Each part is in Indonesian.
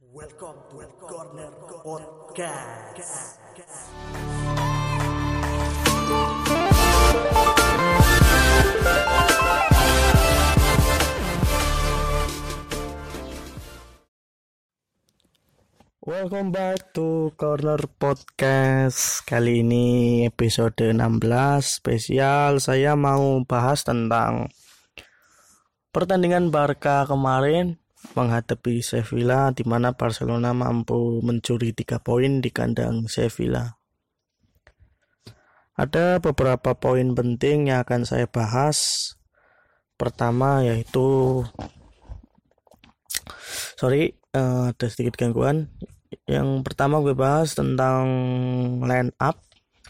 Welcome to Corner Podcast. Welcome back to Corner Podcast. Kali ini episode 16 spesial. Saya mau bahas tentang pertandingan Barca kemarin menghadapi Sevilla, di mana Barcelona mampu mencuri 3 poin di kandang Sevilla. Ada beberapa poin penting yang akan saya bahas. Pertama yaitu ada sedikit gangguan. Yang pertama gue bahas tentang line up.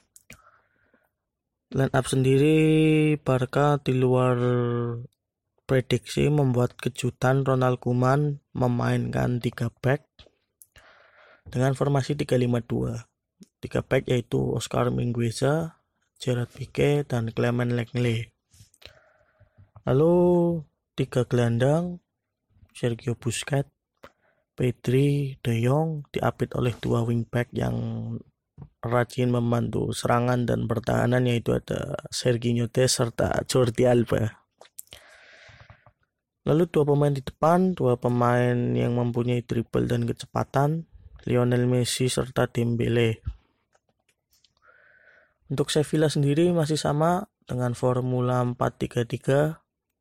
Line up sendiri Barca di luar prediksi membuat kejutan. Ronald Koeman memainkan 3 back dengan formasi 3-5-2. 3 back yaitu Oscar Mingueza, Gerard Piqué, dan Clement Lenglet. Lalu 3 gelandang Sergio Busquets, Pedri, De Jong diapit oleh 2 wingback yang rajin membantu serangan dan pertahanan, yaitu ada Serginho Dest serta Jordi Alba. Lalu 2 pemain di depan, 2 pemain yang mempunyai dribble dan kecepatan, Lionel Messi serta Dembele. Untuk Sevilla sendiri masih sama dengan formula 4-3-3.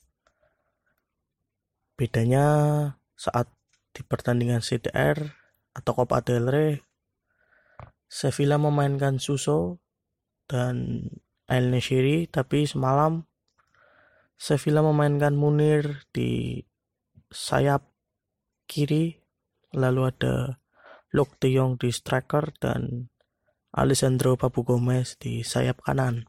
Bedanya saat di pertandingan CDR atau Copa del Rey, Sevilla memainkan Suso dan El Neshiri, tapi semalam Sevilla memainkan Munir di sayap kiri, lalu ada Luuk de Jong di striker dan Alessandro Papu Gomez di sayap kanan.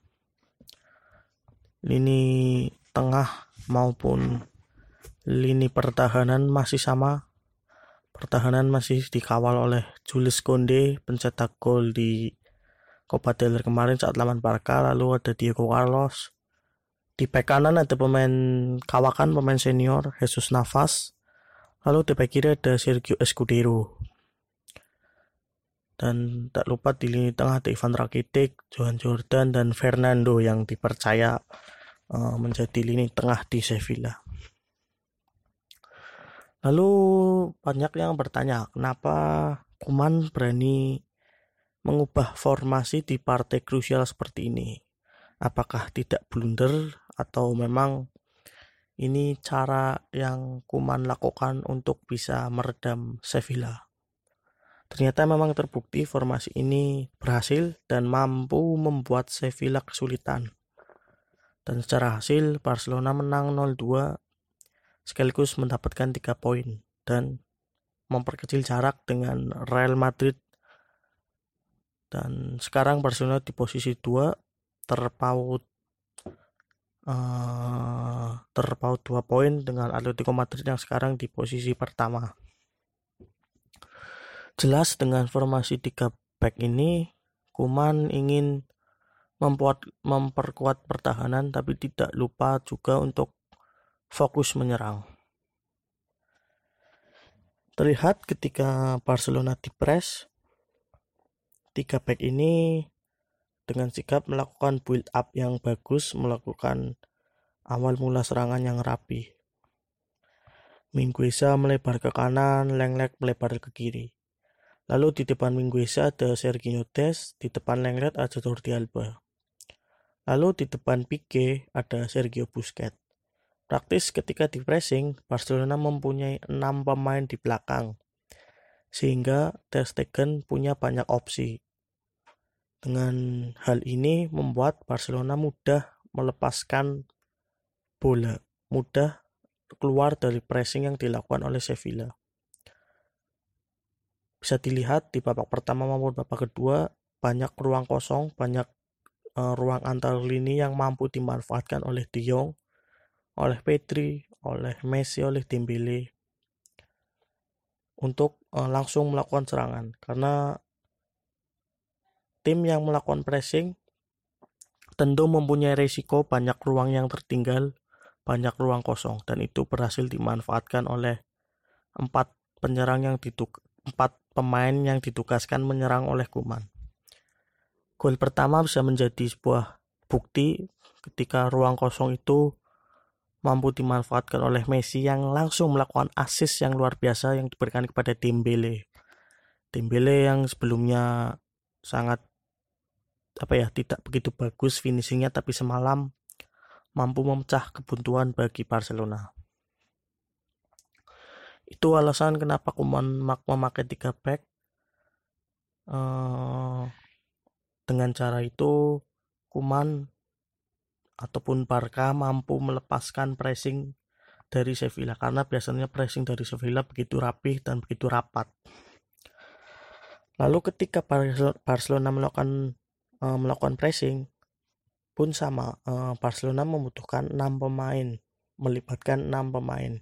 Lini tengah maupun lini pertahanan masih sama. Pertahanan masih dikawal oleh Jules Koundé, pencetak gol di Copa del Rey kemarin saat lawan Barca. Lalu ada Diego Carlos. Di bek kanan ada pemain kawakan, pemain senior Jesus Navas. Lalu di bek kiri ada Sergio Escudero. Dan tak lupa di lini tengah ada Ivan Rakitic, Johan Jordan, dan Fernando yang dipercaya menjadi lini tengah di Sevilla. Lalu banyak yang bertanya, kenapa Koeman berani mengubah formasi di partai krusial seperti ini? Apakah tidak blunder atau memang ini cara yang Koeman lakukan untuk bisa meredam Sevilla? Ternyata memang terbukti formasi ini berhasil dan mampu membuat Sevilla kesulitan. Dan secara hasil Barcelona menang 0-2 sekaligus mendapatkan 3 poin dan memperkecil jarak dengan Real Madrid. Dan sekarang Barcelona di posisi 2 terpaut 2 poin dengan Atletico Madrid yang sekarang di posisi pertama. Jelas dengan formasi 3 back ini Koeman ingin memperkuat pertahanan, tapi tidak lupa juga untuk fokus menyerang. Terlihat ketika Barcelona dipres, 3 back ini dengan sigap melakukan build up yang bagus, melakukan awal mula serangan yang rapi. Mingueza melebar ke kanan, Lenglet melebar ke kiri. Lalu di depan Mingueza ada Serginho Dest, di depan Lenglet ada Jordi Alba. Lalu di depan Piqué ada Sergio Busquets. Praktis ketika di pressing, Barcelona mempunyai 6 pemain di belakang, sehingga Ter Stegen punya banyak opsi. Dengan hal ini membuat Barcelona mudah melepaskan bola, mudah keluar dari pressing yang dilakukan oleh Sevilla. Bisa dilihat di babak pertama maupun babak kedua, banyak ruang kosong, banyak ruang antar lini yang mampu dimanfaatkan oleh De Jong, oleh Pedri, oleh Messi, oleh Dembele untuk langsung melakukan serangan. Karena tim yang melakukan pressing tentu mempunyai risiko banyak ruang yang tertinggal, banyak ruang kosong, dan itu berhasil dimanfaatkan oleh 4 penyerang yang 4 pemain yang ditugaskan menyerang oleh Koeman. Gol pertama bisa menjadi sebuah bukti ketika ruang kosong itu mampu dimanfaatkan oleh Messi yang langsung melakukan assist yang luar biasa yang diberikan kepada Dembele. Dembele yang sebelumnya sangat tidak begitu bagus finishingnya, tapi semalam mampu memecah kebuntuan bagi Barcelona. Itu alasan kenapa Koeman memakai 3 back. Dengan cara itu Koeman ataupun Barca mampu melepaskan pressing dari Sevilla, karena biasanya pressing dari Sevilla begitu rapih dan begitu rapat. Lalu ketika Barcelona melakukan pressing pun sama, Barcelona membutuhkan 6 pemain, melibatkan 6 pemain.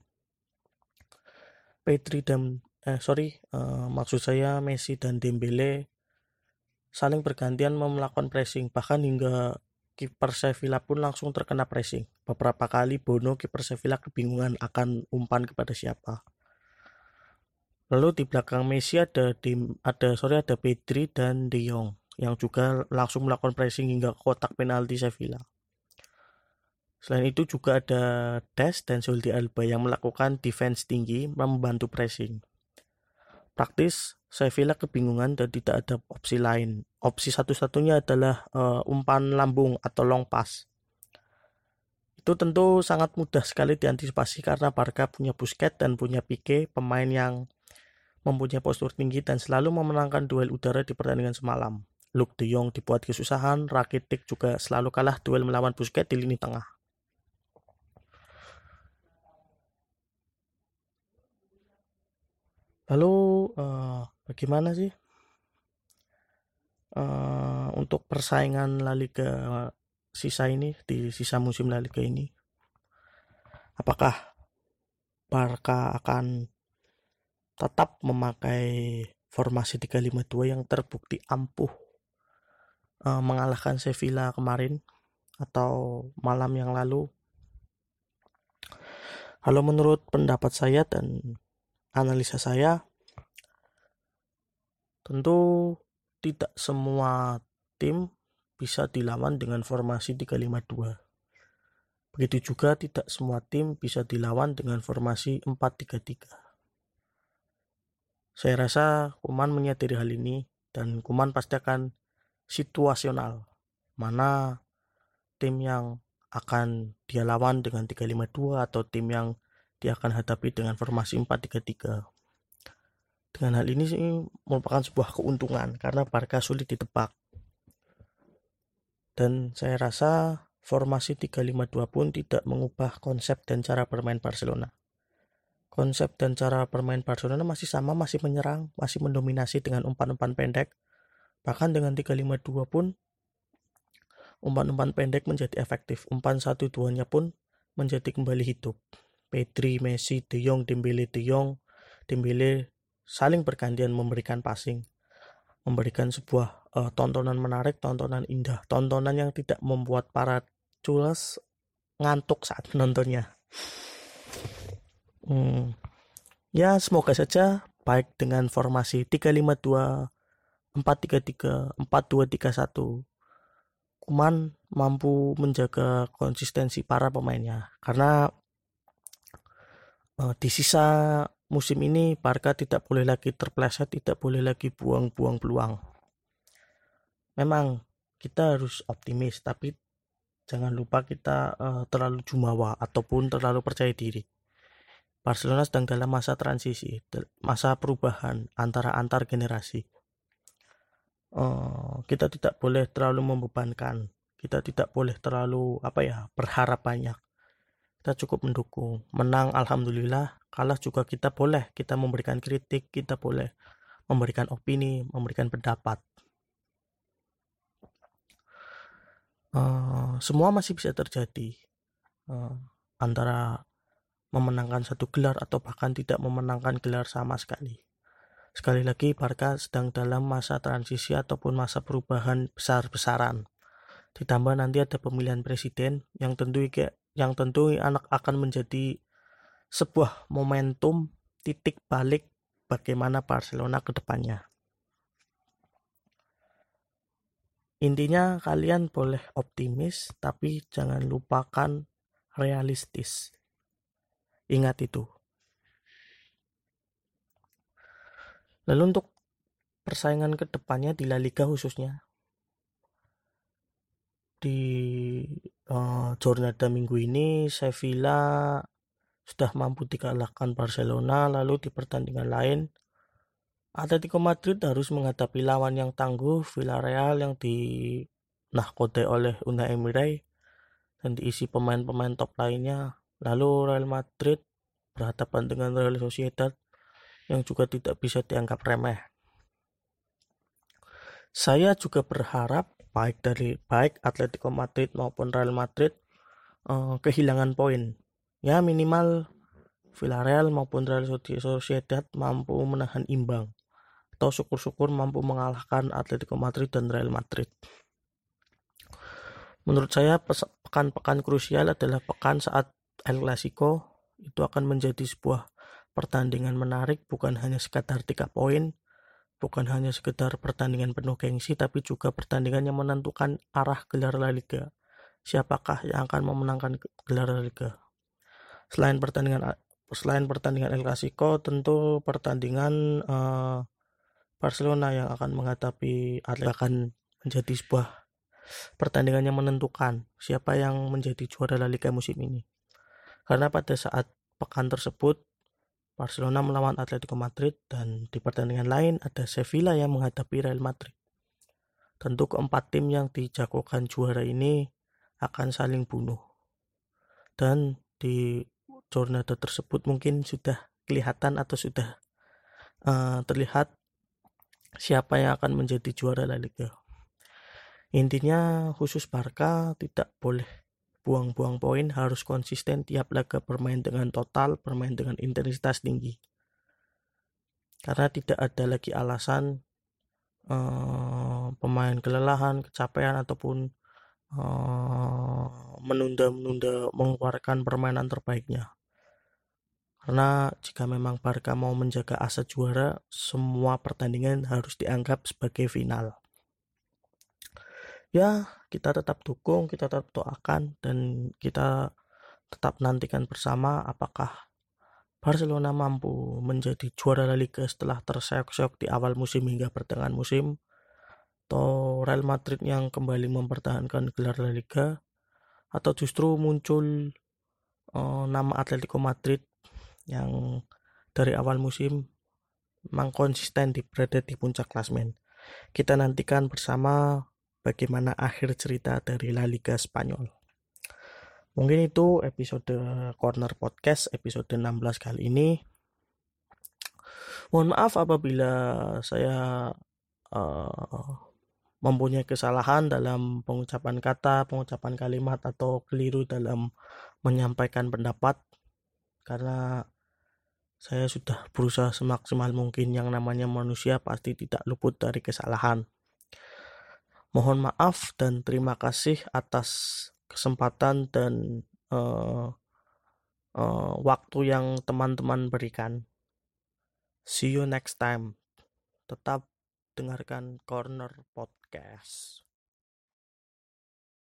Maksud saya Messi dan Dembele saling bergantian melakukan pressing, bahkan hingga kiper Sevilla pun langsung terkena pressing. Beberapa kali Bono, kiper Sevilla, kebingungan akan umpan kepada siapa. Lalu di belakang Messi ada Pedri dan De Jong yang juga langsung melakukan pressing hingga kotak penalti Sevilla. Selain itu juga ada Dest dan Jordi Alba yang melakukan defense tinggi membantu pressing. Praktis Sevilla kebingungan dan tidak ada opsi lain. Opsi satu-satunya adalah umpan lambung atau long pass. Itu tentu sangat mudah sekali diantisipasi karena Barca punya Busquets dan punya Pique, pemain yang mempunyai postur tinggi dan selalu memenangkan duel udara di pertandingan semalam. Luuk de Jong dibuat kesusahan, Rakitic juga selalu kalah duel melawan Busquets di lini tengah. Lalu bagaimana sih untuk persaingan La Liga sisa ini, di sisa musim La Liga ini? Apakah Barca akan tetap memakai formasi 3-5-2 yang terbukti ampuh mengalahkan Sevilla kemarin atau malam yang lalu? Kalau menurut pendapat saya dan analisa saya, tentu tidak semua tim bisa dilawan dengan formasi 3-5-2. Begitu juga tidak semua tim bisa dilawan dengan formasi 4-3-3. Saya rasa Koeman menyadari hal ini dan Koeman pasti akan situasional. Mana tim yang akan dia lawan dengan 3-5-2 atau tim yang dia akan hadapi dengan formasi 4-3-3. Dengan hal ini sih merupakan sebuah keuntungan karena Barca sulit ditebak. Dan saya rasa formasi 3-5-2 pun tidak mengubah konsep dan cara bermain Barcelona. Konsep dan cara bermain Barcelona masih sama, masih menyerang, masih mendominasi dengan umpan-umpan pendek. Bahkan dengan 3-5-2 pun umpan-umpan pendek menjadi efektif. Umpan 1-2-nya pun menjadi kembali hidup. Pedri, Messi, De Jong, Dembele saling bergantian memberikan passing, memberikan sebuah tontonan menarik, tontonan indah, tontonan yang tidak membuat para culas ngantuk saat menontonnya. Ya, semoga saja baik dengan formasi 3-5-2, 4-3-3, 4-2-3-1, Koeman mampu menjaga konsistensi para pemainnya. Karena di sisa musim ini Barca tidak boleh lagi terpleset, tidak boleh lagi buang-buang peluang. Memang kita harus optimis, tapi jangan lupa kita terlalu jumawa ataupun terlalu percaya diri. Barcelona sedang dalam masa transisi, masa perubahan antar generasi. Kita tidak boleh terlalu membebankan, kita tidak boleh terlalu berharap banyak. Kita cukup mendukung. Menang alhamdulillah, kalah juga kita memberikan kritik, kita boleh memberikan opini, memberikan pendapat. Semua masih bisa terjadi, antara memenangkan satu gelar atau bahkan tidak memenangkan gelar sama sekali. Sekali lagi, Barca sedang dalam masa transisi ataupun masa perubahan besar-besaran. Ditambah nanti ada pemilihan presiden yang tentu akan menjadi sebuah momentum titik balik bagaimana Barcelona ke depannya. Intinya kalian boleh optimis, tapi jangan lupakan realistis. Ingat itu. Lalu untuk persaingan ke depannya di La Liga khususnya, di jornada minggu ini Sevilla sudah mampu dikalahkan Barcelona. Lalu di pertandingan lain Atletico Madrid harus menghadapi lawan yang tangguh Villarreal yang dinahkodai oleh Unai Emery dan diisi pemain-pemain top lainnya. Lalu Real Madrid berhadapan dengan Real Sociedad yang juga tidak bisa dianggap remeh. Saya juga berharap baik Atletico Madrid maupun Real Madrid kehilangan poin. Ya minimal Villarreal maupun Real Sociedad mampu menahan imbang, atau syukur-syukur mampu mengalahkan Atletico Madrid dan Real Madrid. Menurut saya pekan-pekan krusial adalah pekan saat El Clasico itu akan menjadi sebuah pertandingan menarik, bukan hanya sekadar 3 poin, bukan hanya sekedar pertandingan penuh gengsi, tapi juga pertandingan yang menentukan arah gelar La Liga. Siapakah yang akan memenangkan gelar La Liga? Selain pertandingan El Clasico, tentu pertandingan Barcelona yang akan menghadapi Atletico akan menjadi sebuah pertandingan yang menentukan siapa yang menjadi juara La Liga musim ini. Karena pada saat pekan tersebut Barcelona melawan Atletico Madrid dan di pertandingan lain ada Sevilla yang menghadapi Real Madrid. Tentu keempat tim yang dijagokan juara ini akan saling bunuh. Dan di jornada tersebut mungkin sudah kelihatan atau sudah terlihat siapa yang akan menjadi juara La Liga. Intinya khusus Barca tidak boleh buang-buang poin, harus konsisten tiap laga bermain dengan total, bermain dengan intensitas tinggi. Karena tidak ada lagi alasan pemain kelelahan, kecapean ataupun menunda-menunda mengeluarkan permainan terbaiknya. Karena jika memang Barca mau menjaga asa juara, semua pertandingan harus dianggap sebagai final. Ya, kita tetap dukung, kita tetap doakan, dan kita tetap nantikan bersama apakah Barcelona mampu menjadi juara La Liga setelah terseok-seok di awal musim hingga pertengahan musim, atau Real Madrid yang kembali mempertahankan gelar La Liga, atau justru muncul nama Atletico Madrid yang dari awal musim memang konsisten berada di puncak klasemen. Kita nantikan bersama bagaimana akhir cerita dari La Liga Spanyol. Mungkin itu episode Corner Podcast episode 16 kali ini. Mohon maaf apabila saya mempunyai kesalahan dalam pengucapan kata, pengucapan kalimat, atau keliru dalam menyampaikan pendapat, karena saya sudah berusaha semaksimal mungkin. Yang namanya manusia pasti tidak luput dari kesalahan. Mohon maaf dan terima kasih atas kesempatan dan waktu yang teman-teman berikan. See you next time. Tetap dengarkan Corner Podcast.